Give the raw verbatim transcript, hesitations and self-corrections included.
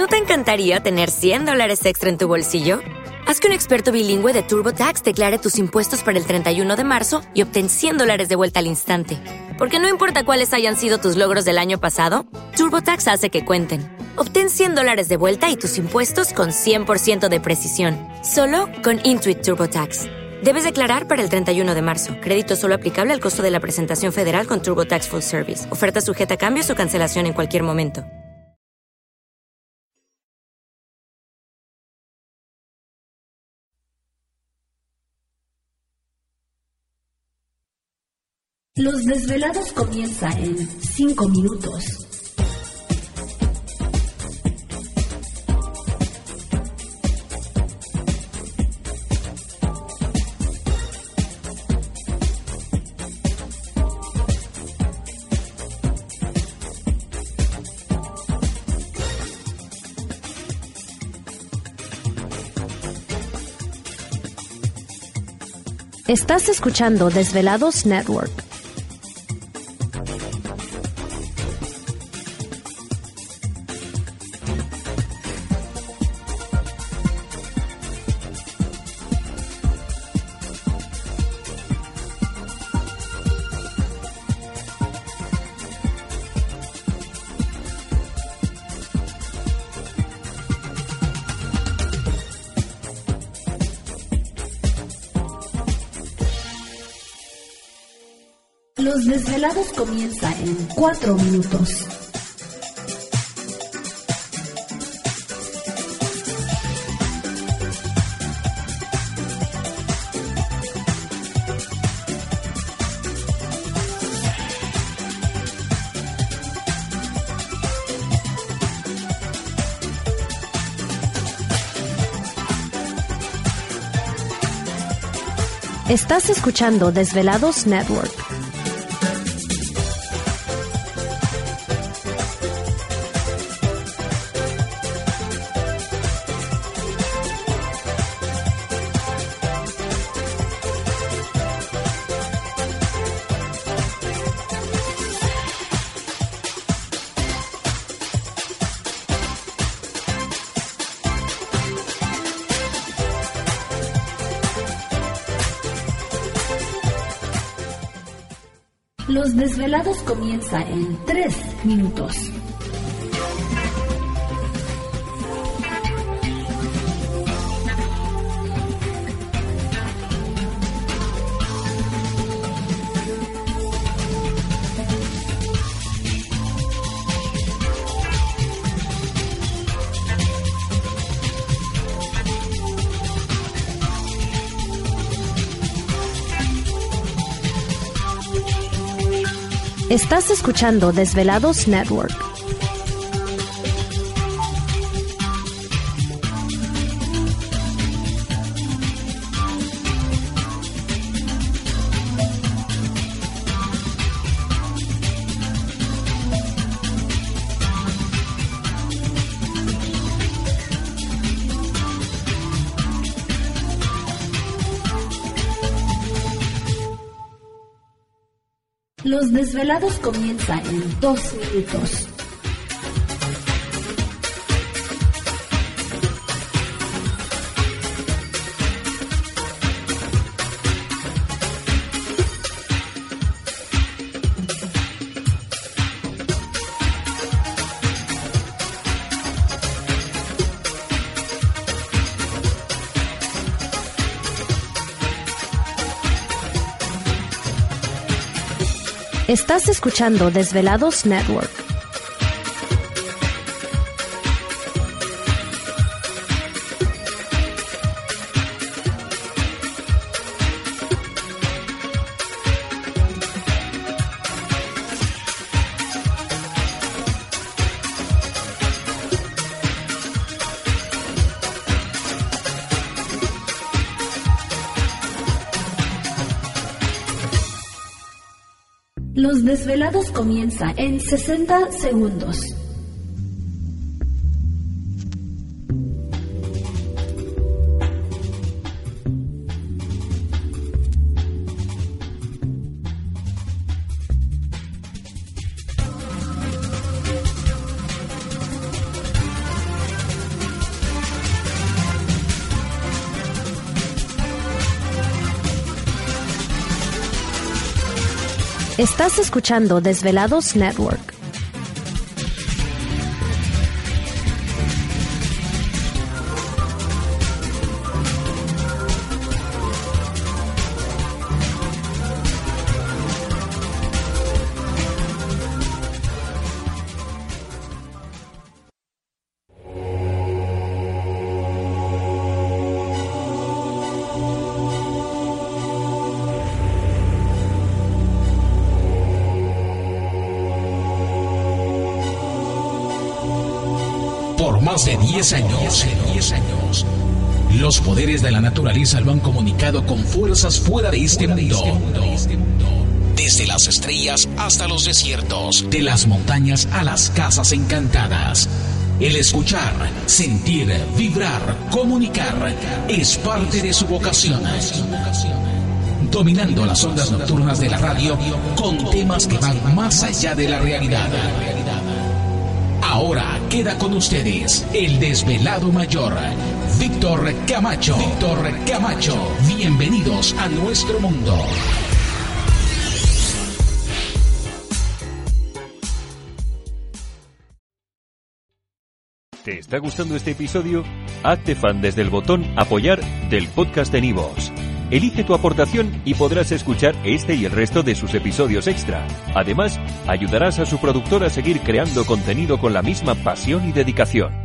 ¿No te encantaría tener cien dólares extra en tu bolsillo? Haz que un experto bilingüe de TurboTax declare tus impuestos para el treinta y uno de marzo y obtén cien dólares de vuelta al instante. Porque no importa cuáles hayan sido tus logros del año pasado, TurboTax hace que cuenten. Obtén cien dólares de vuelta y tus impuestos con cien por ciento de precisión. Solo con Intuit TurboTax. Debes declarar para el treinta y uno de marzo. Crédito solo aplicable al costo de la presentación federal con TurboTax Full Service. Oferta sujeta a cambios o cancelación en cualquier momento. Los Desvelados comienza en cinco minutos. Estás escuchando Desvelados Network. Los Desvelados comienza en cuatro minutos. Estás escuchando Desvelados Network. Los Desvelados comienza en tres minutos. Estás escuchando Desvelados Network. Los Desvelados comienza en dos minutos. Estás escuchando Desvelados Network. Los Desvelados comienza en sesenta segundos. Estás escuchando Desvelados Network. Más de diez años, diez años, los poderes de la naturaleza lo han comunicado con fuerzas fuera de este mundo. Desde las estrellas hasta los desiertos, de las montañas a las casas encantadas. El escuchar, sentir, vibrar, comunicar es parte de su vocación. Dominando las ondas nocturnas de la radio con temas que van más allá de la realidad. Ahora queda con ustedes el desvelado mayor, Víctor Camacho. Víctor Camacho, bienvenidos a nuestro mundo. ¿Te está gustando este episodio? Hazte fan desde el botón Apoyar del podcast de Nivos. Elige tu aportación y podrás escuchar este y el resto de sus episodios extra. Además, ayudarás a su productor a seguir creando contenido con la misma pasión y dedicación.